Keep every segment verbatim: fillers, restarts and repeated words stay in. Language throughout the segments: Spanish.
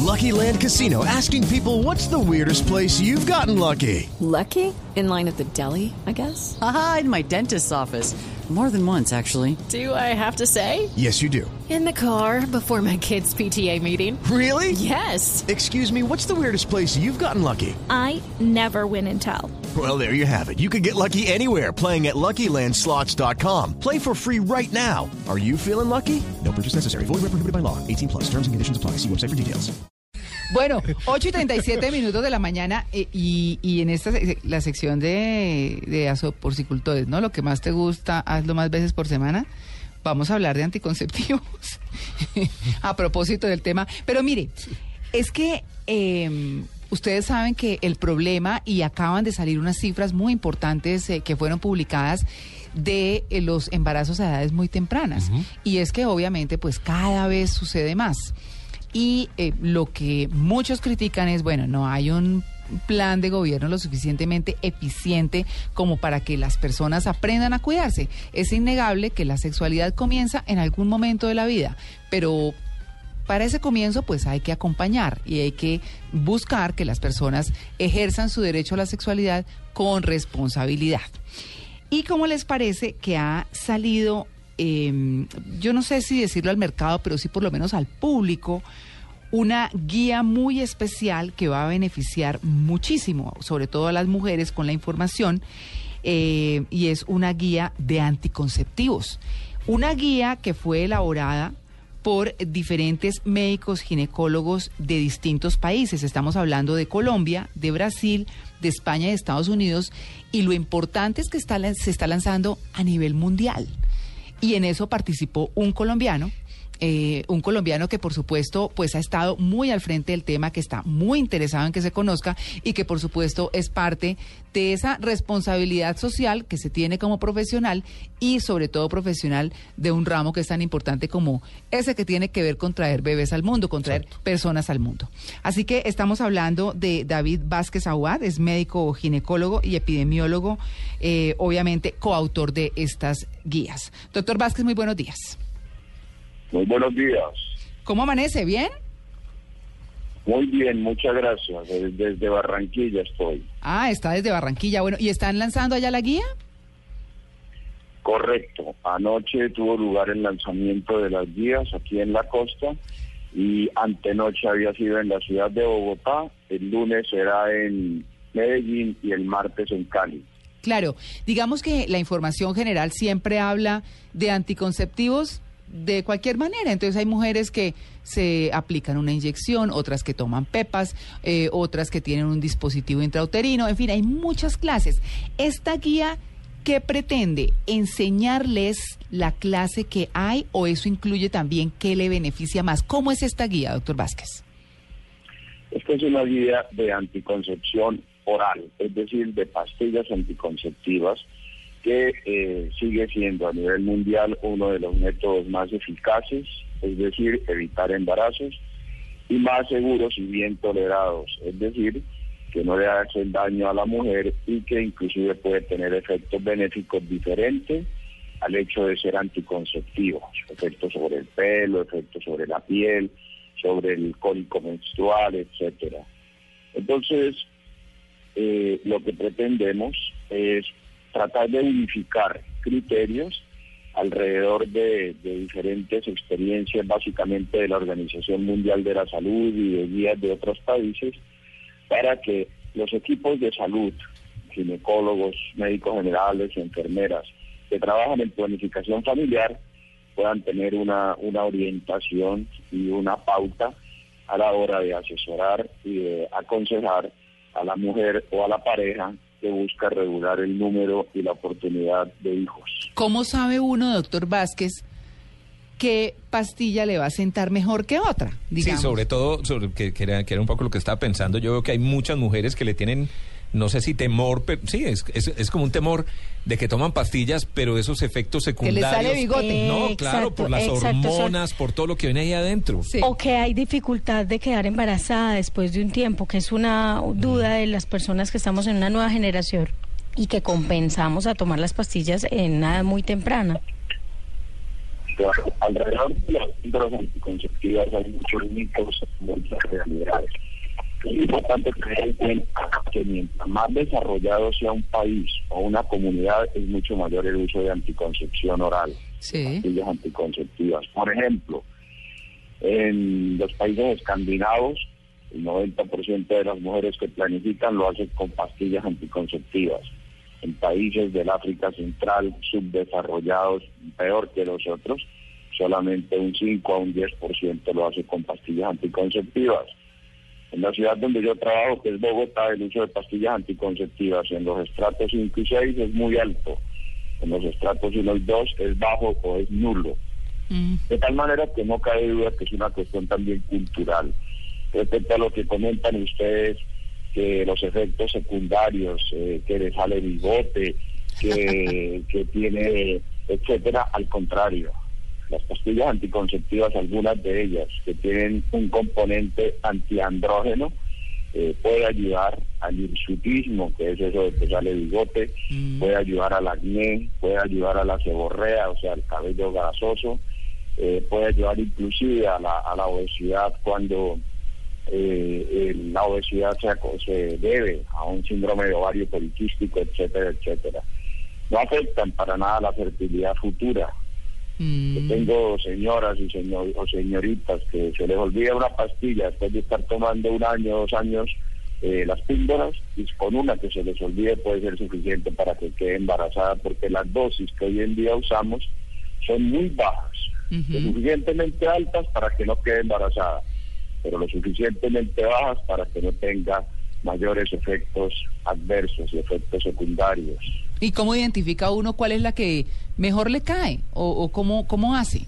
Lucky Land Casino, asking people, what's the weirdest place you've gotten lucky? Lucky? In line at the deli, I guess? Aha, in my dentist's office. More than once, actually. Do I have to say? Yes, you do. In the car before my kids' P T A meeting. Really? Yes. Excuse me, what's the weirdest place you've gotten lucky? I never win and tell. Well, there you have it. You can get lucky anywhere, playing at Lucky Land Slots dot com. Play for free right now. Are you feeling lucky? No purchase necessary. Void where prohibited by law. eighteen plus. Terms and conditions apply. See website for details. Bueno, ocho y treinta y siete minutos de la mañana eh, y, y en esta la sección de, de asoporcicultores, ¿no? Lo que más te gusta, hazlo más veces por semana. Vamos a hablar de anticonceptivos a propósito del tema. Pero mire, es que eh, ustedes saben que el problema, y acaban de salir unas cifras muy importantes eh, que fueron publicadas de eh, los embarazos a edades muy tempranas. Uh-huh. Y es que obviamente pues cada vez sucede más. Y eh, lo que muchos critican es, bueno, no hay un plan de gobierno lo suficientemente eficiente como para que las personas aprendan a cuidarse. Es innegable que la sexualidad comienza en algún momento de la vida, pero para ese comienzo pues hay que acompañar y hay que buscar que las personas ejerzan su derecho a la sexualidad con responsabilidad. ¿Y cómo les parece que ha salido, eh, yo no sé si decirlo al mercado, pero sí por lo menos al público, una guía muy especial que va a beneficiar muchísimo, sobre todo a las mujeres, con la información, eh, y es una guía de anticonceptivos. Una guía que fue elaborada por diferentes médicos ginecólogos de distintos países. Estamos hablando de Colombia, de Brasil, de España y de Estados Unidos, y lo importante es que está, se está lanzando a nivel mundial. Y en eso participó un colombiano, eh, un colombiano que por supuesto pues ha estado muy al frente del tema, que está muy interesado en que se conozca y que por supuesto es parte de esa responsabilidad social que se tiene como profesional y sobre todo profesional de un ramo que es tan importante como ese que tiene que ver con traer bebés al mundo, con traer Exacto. personas al mundo. Así que estamos hablando de David Vázquez Aguad, es médico ginecólogo y epidemiólogo, eh, obviamente coautor de estas guías. Doctor Vázquez, muy buenos días. Muy buenos días. ¿Cómo amanece? ¿Bien? Muy bien, muchas gracias. Desde, desde Barranquilla estoy. Ah, está desde Barranquilla. Bueno, ¿y están lanzando allá la guía? Correcto. Anoche tuvo lugar el lanzamiento de las guías aquí en la costa y antenoche había sido en la ciudad de Bogotá, el lunes será en Medellín y el martes en Cali. Claro, digamos que la información general siempre habla de anticonceptivos de cualquier manera, entonces hay mujeres que se aplican una inyección, otras que toman pepas, eh, otras que tienen un dispositivo intrauterino, en fin, hay muchas clases. Esta guía, ¿qué pretende? ¿Enseñarles la clase que hay o eso incluye también qué le beneficia más? ¿Cómo es esta guía, doctor Vázquez? Esta es una guía de anticoncepción oral, es decir, de pastillas anticonceptivas, que eh, sigue siendo a nivel mundial uno de los métodos más eficaces, es decir, evitar embarazos, y más seguros y bien tolerados, es decir, que no le hacen daño a la mujer y que inclusive puede tener efectos benéficos diferentes al hecho de ser anticonceptivos, efectos sobre el pelo, efectos sobre la piel, sobre el cólico menstrual, etcétera. Entonces, eh, lo que pretendemos es tratar de unificar criterios alrededor de, de diferentes experiencias, básicamente de la Organización Mundial de la Salud y de guías de otros países, para que los equipos de salud, ginecólogos, médicos generales, enfermeras, que trabajan en planificación familiar, puedan tener una, una orientación y una pauta a la hora de asesorar y de aconsejar a la mujer o a la pareja que busca regular el número y la oportunidad de hijos. ¿Cómo sabe uno, doctor Vázquez, qué pastilla le va a sentar mejor que otra, digamos? Sí, sobre todo, sobre que, que, era, que era un poco lo que estaba pensando. Yo veo que hay muchas mujeres que le tienen, no sé si temor, pero sí, es, es, es como un temor de que toman pastillas, pero esos efectos secundarios... Que les sale bigote. No, Exacto, claro, por las exacto, hormonas, son... por todo lo que viene ahí adentro. Sí. O que hay dificultad de quedar embarazada después de un tiempo, que es una duda de las personas que estamos en una nueva generación y que compensamos a tomar las pastillas en una edad muy temprana. Claro, alrededor de las píldoras anticonceptivas hay muchos mitos, muchas realidades. Es importante tener en cuenta que mientras más desarrollado sea un país o una comunidad, es mucho mayor el uso de anticoncepción oral, sí. pastillas anticonceptivas. Por ejemplo, en los países escandinavos, el noventa por ciento de las mujeres que planifican lo hacen con pastillas anticonceptivas. En países del África Central, subdesarrollados, peor que los otros, solamente un cinco a un diez por ciento lo hace con pastillas anticonceptivas. En la ciudad donde yo trabajo, que es Bogotá, el uso de pastillas anticonceptivas en los estratos cinco y seis es muy alto. En los estratos uno y dos es bajo o es nulo. Mm. De tal manera que no cabe duda que es una cuestión también cultural. Respecto a lo que comentan ustedes, que los efectos secundarios, eh, que le sale bigote, que, que tiene, etcétera, al contrario. Las pastillas anticonceptivas, algunas de ellas, que tienen un componente antiandrógeno, eh, puede ayudar al hirsutismo, que es eso de que sale bigote, mm. puede ayudar al acné, puede ayudar a la seborrea, o sea, al cabello grasoso, eh, puede ayudar inclusive a la, a la obesidad cuando eh, el, la obesidad se, se debe a un síndrome de ovario poliquístico, etcétera, etcétera. No afectan para nada la fertilidad futura. Mm. Yo tengo señoras y señor, o señoritas que se les olvida una pastilla después de estar tomando un año, dos años eh, las píldoras, y con una que se les olvide puede ser suficiente para que quede embarazada, porque las dosis que hoy en día usamos son muy bajas, uh-huh. lo suficientemente altas para que no quede embarazada, pero lo suficientemente bajas para que no tenga mayores efectos adversos y efectos secundarios. ¿Y cómo identifica uno cuál es la que mejor le cae? ¿O, o cómo, cómo hace?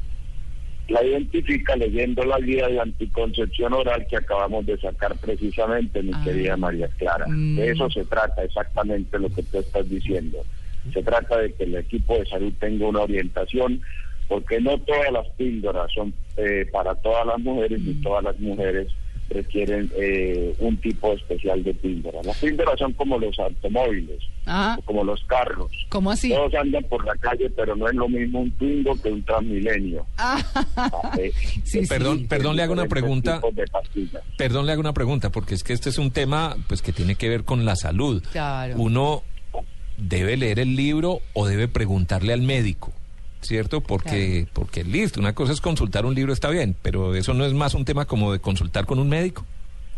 La identifica leyendo la guía de anticoncepción oral que acabamos de sacar precisamente, mi ah. querida María Clara. Mm. De eso se trata exactamente lo que tú estás diciendo. Se trata de que el equipo de salud tenga una orientación, porque no todas las píldoras son eh, para todas las mujeres, mm. ni todas las mujeres requieren eh, un tipo especial de píldora. Las píldoras son como los automóviles, ah. como los carros. ¿Cómo así? Todos andan por la calle, pero no es lo mismo un Twingo que un Transmilenio. Ah. Eh, sí, perdón, sí, perdón, le hago una pregunta. Perdón, le hago una pregunta, porque es que este es un tema pues que tiene que ver con la salud. Claro. Uno debe leer el libro o debe preguntarle al médico, ¿cierto? Porque, claro. porque listo, una cosa es consultar un libro, está bien, pero eso no es más un tema como de consultar con un médico.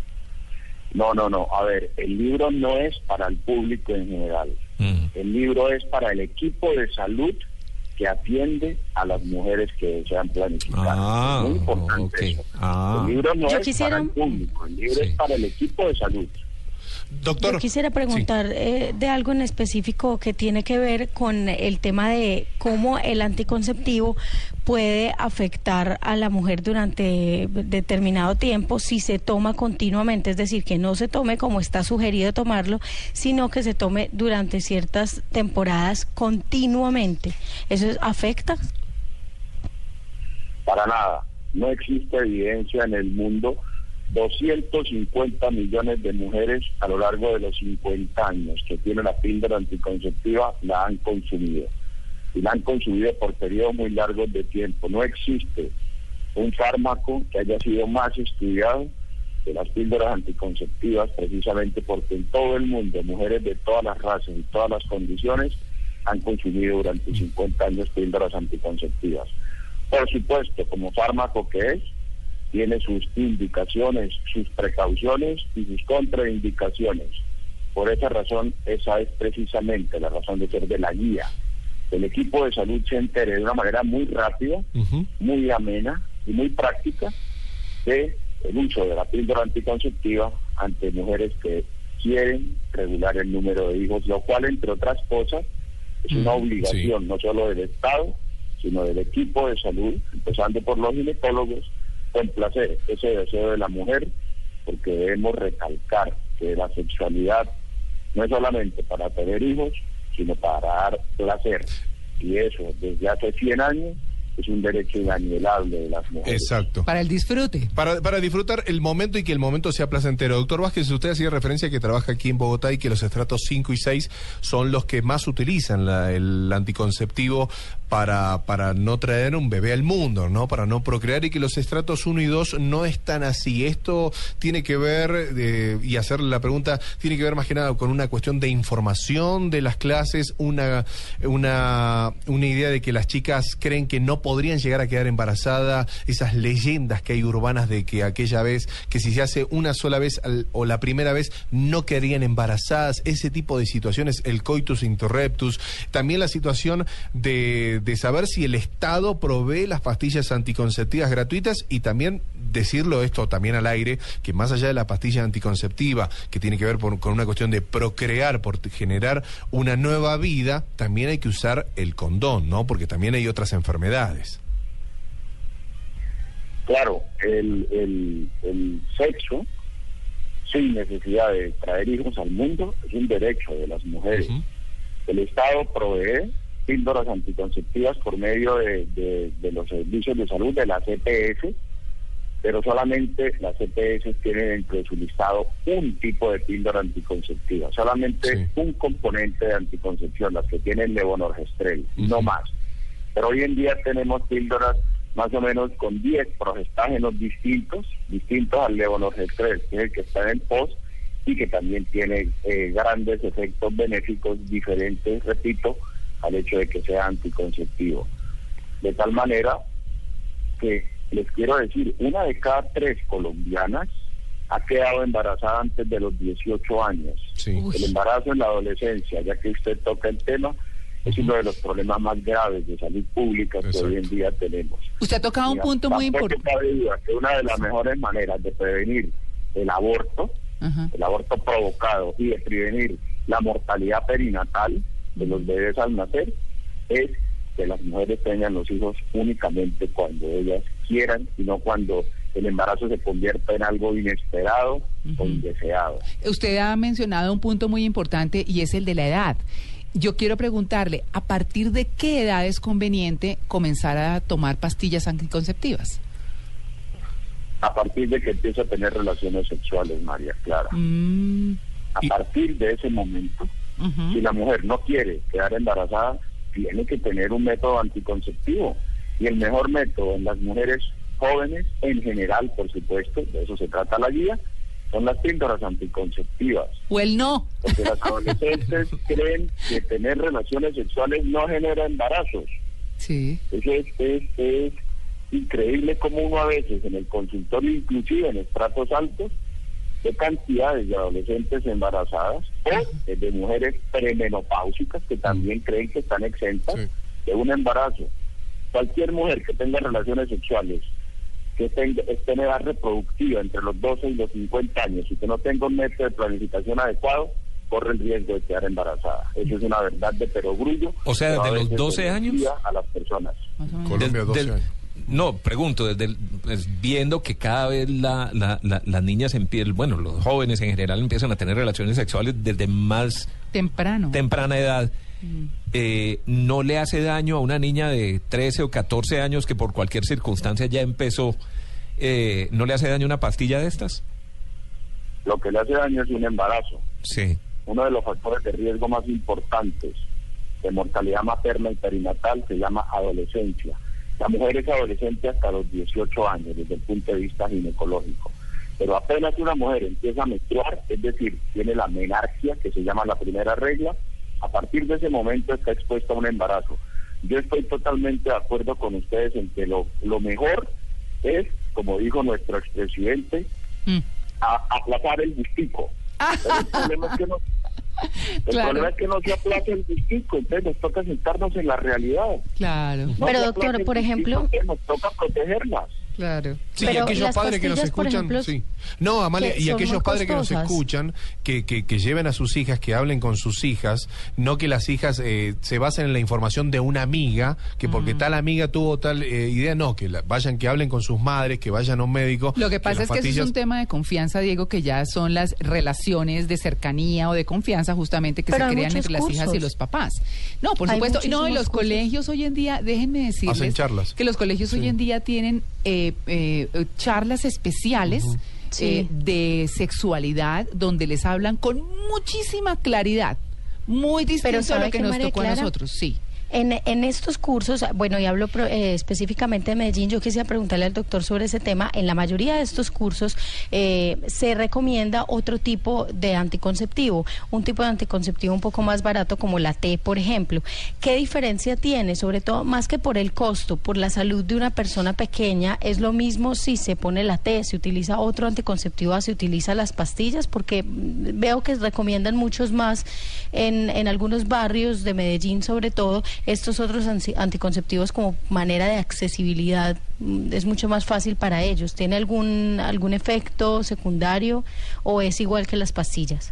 No, no, no, a ver, el libro no es para el público en general, mm. el libro es para el equipo de salud que atiende a las mujeres que desean planificar. Ah, es muy importante okay. eso. Ah. El libro no Yo es quisiera... para el público, el libro sí. es para el equipo de salud. Doctor, yo quisiera preguntar sí. eh, de algo en específico que tiene que ver con el tema de cómo el anticonceptivo puede afectar a la mujer durante determinado tiempo si se toma continuamente, es decir, que no se tome como está sugerido tomarlo, sino que se tome durante ciertas temporadas continuamente. ¿Eso afecta? Para nada, no existe evidencia en el mundo. doscientos cincuenta millones de mujeres a lo largo de los cincuenta años que tienen la píldora anticonceptiva la han consumido. Y la han consumido por periodos muy largos de tiempo. No existe un fármaco que haya sido más estudiado que las píldoras anticonceptivas, precisamente porque en todo el mundo mujeres de todas las razas y todas las condiciones han consumido durante cincuenta años píldoras anticonceptivas. Por supuesto, como fármaco que es, tiene sus indicaciones, sus precauciones y sus contraindicaciones. Por esa razón, esa es precisamente la razón de ser de la guía. El equipo de salud se entere de una manera muy rápida, uh-huh. muy amena y muy práctica de el uso de la píldora anticonceptiva ante mujeres que quieren regular el número de hijos, lo cual, entre otras cosas, es una uh-huh. obligación sí. no solo del Estado, sino del equipo de salud, empezando por los ginecólogos, complacer ese deseo de la mujer, porque debemos recalcar que la sexualidad no es solamente para tener hijos, sino para dar placer, y eso desde hace cien años es un derecho inalienable de las mujeres. Exacto. Para el disfrute. Para, para disfrutar el momento y que el momento sea placentero. Doctor Vázquez, usted hacía referencia a que trabaja aquí en Bogotá y que los estratos cinco y seis son los que más utilizan la, el anticonceptivo para, para no traer un bebé al mundo, ¿no? Para no procrear, y que los estratos uno y dos no están así. Esto tiene que ver, eh, y hacerle la pregunta, tiene que ver más que nada con una cuestión de información de las clases, una, una, una idea de que las chicas creen que no podrían llegar a quedar embarazadas, esas leyendas que hay urbanas de que aquella vez, que si se hace una sola vez al, o la primera vez, no quedarían embarazadas, ese tipo de situaciones, el coitus interruptus, también la situación de, de saber si el Estado provee las pastillas anticonceptivas gratuitas, y también decirlo esto también al aire, que más allá de la pastilla anticonceptiva, que tiene que ver por, con una cuestión de procrear, por generar una nueva vida, también hay que usar el condón, ¿no? Porque también hay otras enfermedades. Claro, el, el, el sexo, sin necesidad de traer hijos al mundo, es un derecho de las mujeres. Uh-huh. El Estado provee píldoras anticonceptivas por medio de, de, de los servicios de salud de la C P S, pero solamente las C P S tienen dentro de su listado un tipo de píldora anticonceptiva, solamente sí. un componente de anticoncepción, las que tienen levonorgestrel, uh-huh. no más. Pero hoy en día tenemos píldoras más o menos con diez progestágenos distintos, distintos al levonorgestrel, que es el que está en el post, y que también tiene eh, grandes efectos benéficos diferentes, repito, al hecho de que sea anticonceptivo. De tal manera que les quiero decir, una de cada tres colombianas ha quedado embarazada antes de los dieciocho años. Sí. El embarazo en la adolescencia, ya que usted toca el tema, es uno de los problemas más graves de salud pública que Exacto. hoy en día tenemos. Usted ha tocado un punto muy importante. Que una de las mejores maneras de prevenir el aborto, uh-huh. el aborto provocado, y de prevenir la mortalidad perinatal de los bebés al nacer, es que las mujeres tengan los hijos únicamente cuando ellas quieran, y no cuando el embarazo se convierta en algo inesperado uh-huh. o indeseado. Usted ha mencionado un punto muy importante, y es el de la edad. Yo quiero preguntarle, ¿a partir de qué edad es conveniente comenzar a tomar pastillas anticonceptivas? A partir de que empiece a tener relaciones sexuales, María Clara. Mm. A y... partir de ese momento, uh-huh. si la mujer no quiere quedar embarazada, tiene que tener un método anticonceptivo. Y el mejor método en las mujeres jóvenes, en general, por supuesto, de eso se trata la guía, son las píldoras anticonceptivas. O el no. Porque las adolescentes creen que tener relaciones sexuales no genera embarazos. Sí. Eso es, es, es increíble como uno a veces en el consultorio, inclusive en estratos altos, de cantidades de adolescentes embarazadas o de mujeres premenopáusicas que también creen que están exentas sí. de un embarazo. Cualquier mujer que tenga relaciones sexuales, que tenga, esté en edad reproductiva entre los doce y los cincuenta años y que no tenga un método de planificación adecuado, corre el riesgo de quedar embarazada. Eso es una verdad de perogrullo. O sea, desde los doce años a las personas. Colombia, doce años. No, pregunto, desde el, pues, viendo que cada vez la, la, la, las niñas empiezan, bueno, los jóvenes en general empiezan a tener relaciones sexuales desde más temprano, temprana edad, mm. eh, ¿no le hace daño a una niña de trece o catorce años que por cualquier circunstancia ya empezó, eh, no le hace daño una pastilla de estas? Lo que le hace daño es un embarazo. Sí. Uno de los factores de riesgo más importantes de mortalidad materna y perinatal se llama adolescencia. La mujer es adolescente hasta los dieciocho años desde el punto de vista ginecológico, pero apenas una mujer empieza a menstruar, es decir, tiene la menarquia, que se llama la primera regla, a partir de ese momento está expuesta a un embarazo. Yo estoy totalmente de acuerdo con ustedes en que lo, lo mejor es, como dijo nuestro expresidente, mm. a, aplazar el gustico. Pero el problema es que no... El claro. problema es que no se aplaza el gustico, entonces nos toca sentarnos en la realidad. Claro. No Pero doctor, por ejemplo, nos toca protegerlas. Claro. Sí, y aquellos padres que nos escuchan, ejemplo, sí. No, Amalia, y aquellos padres que nos escuchan, que, que, que lleven a sus hijas, que hablen con sus hijas, no que las hijas eh, se basen en la información de una amiga, que porque mm. tal amiga tuvo tal eh, idea, no, que la, vayan, que hablen con sus madres, que vayan a un médico. Lo que pasa que es pastillas... que eso es un tema de confianza, Diego, que ya son las relaciones de cercanía o de confianza justamente que Pero se crean entre cursos. las hijas y los papás. No, por hay supuesto, no, y los cursos. colegios hoy en día, déjenme decirles Hacen charlas. que los colegios sí. hoy en día tienen eh, eh, charlas especiales uh-huh. sí. eh, de sexualidad donde les hablan con muchísima claridad, muy distinto a lo que nos tocó Clara, a nosotros, sí. En, en estos cursos, bueno, y hablo pro, eh, específicamente de Medellín, yo quisiera preguntarle al doctor sobre ese tema. En la mayoría de estos cursos eh, se recomienda otro tipo de anticonceptivo, un tipo de anticonceptivo un poco más barato como la T, por ejemplo. ¿Qué diferencia tiene? Sobre todo, más que por el costo, por la salud de una persona pequeña, ¿es lo mismo si se pone la T, se utiliza otro anticonceptivo, se utiliza las pastillas? Porque veo que recomiendan muchos más en, en algunos barrios de Medellín, sobre todo, estos otros anticonceptivos como manera de accesibilidad. Es mucho más fácil para ellos. ¿Tiene algún algún efecto secundario o es igual que las pastillas?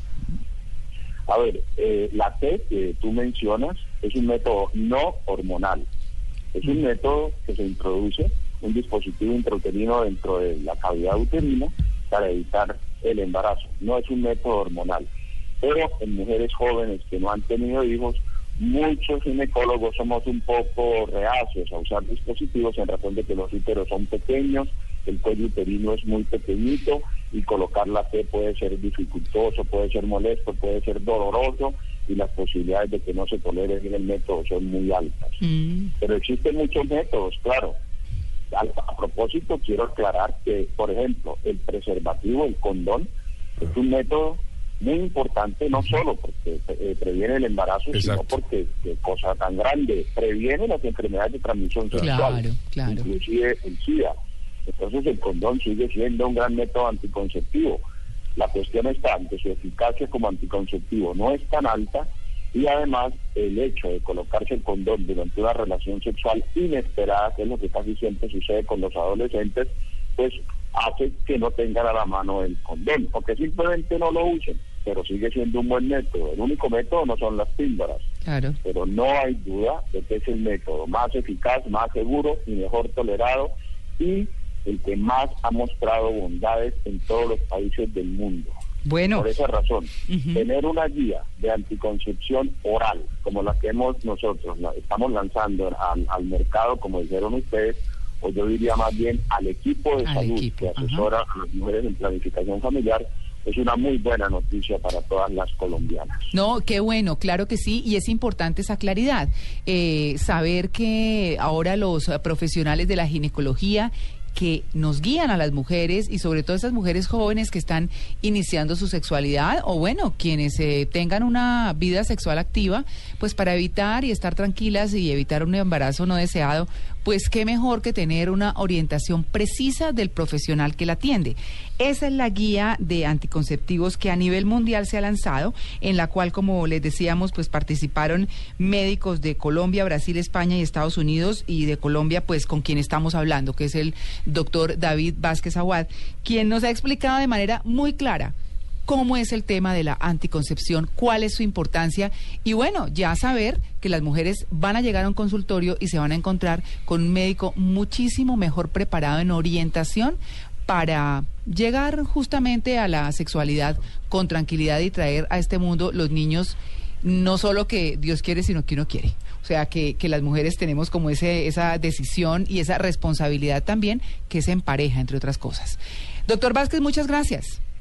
A ver, eh, la T que tú mencionas es un método no hormonal. Es un método que se introduce un dispositivo intrauterino dentro de la cavidad uterina para evitar el embarazo. No es un método hormonal. Pero en mujeres jóvenes que no han tenido hijos, muchos ginecólogos somos un poco reacios a usar dispositivos en razón de que los úteros son pequeños, el cuello uterino es muy pequeñito y colocar la T puede ser dificultoso, puede ser molesto, puede ser doloroso y las posibilidades de que no se tolere bien el método son muy altas. Mm. Pero existen muchos métodos, claro. A, a propósito, quiero aclarar que, por ejemplo, el preservativo, el condón, es un método muy importante, no solo porque eh, previene el embarazo, exacto, sino porque, qué cosa tan grande, previene las enfermedades de transmisión sexual, claro, claro, inclusive el SIDA. Entonces el condón sigue siendo un gran método anticonceptivo. La cuestión está en que su eficacia como anticonceptivo no es tan alta y además el hecho de colocarse el condón durante una relación sexual inesperada, que es lo que casi siempre sucede con los adolescentes, pues hace que no tengan a la mano el condón, porque simplemente no lo usen, pero sigue siendo un buen método. El único método no son las píldoras, claro, pero no hay duda de que es el método más eficaz, más seguro y mejor tolerado y el que más ha mostrado bondades en todos los países del mundo. Bueno, por esa razón, uh-huh. tener una guía de anticoncepción oral, como la que hemos nosotros, la estamos lanzando al, al mercado, como dijeron ustedes, o yo diría más bien al equipo de al salud equipo. que asesora uh-huh. a las mujeres en planificación familiar, es una muy buena noticia para todas las colombianas. No, qué bueno, claro que sí, y es importante esa claridad, eh, saber que ahora los profesionales de la ginecología que nos guían a las mujeres y sobre todo esas mujeres jóvenes que están iniciando su sexualidad o bueno, quienes eh, tengan una vida sexual activa, pues para evitar y estar tranquilas y evitar un embarazo no deseado, pues qué mejor que tener una orientación precisa del profesional que la atiende. Esa es la guía de anticonceptivos que a nivel mundial se ha lanzado, en la cual, como les decíamos, pues participaron médicos de Colombia, Brasil, España y Estados Unidos, y de Colombia, pues con quien estamos hablando, que es el doctor David Vázquez Aguad, quien nos ha explicado de manera muy clara cómo es el tema de la anticoncepción, cuál es su importancia y bueno, ya saber que las mujeres van a llegar a un consultorio y se van a encontrar con un médico muchísimo mejor preparado en orientación para llegar justamente a la sexualidad con tranquilidad y traer a este mundo los niños, no solo que Dios quiere, sino que uno quiere. O sea, que, que las mujeres tenemos como ese, esa decisión y esa responsabilidad también, que es en pareja, entre otras cosas. Doctor Vázquez, muchas gracias.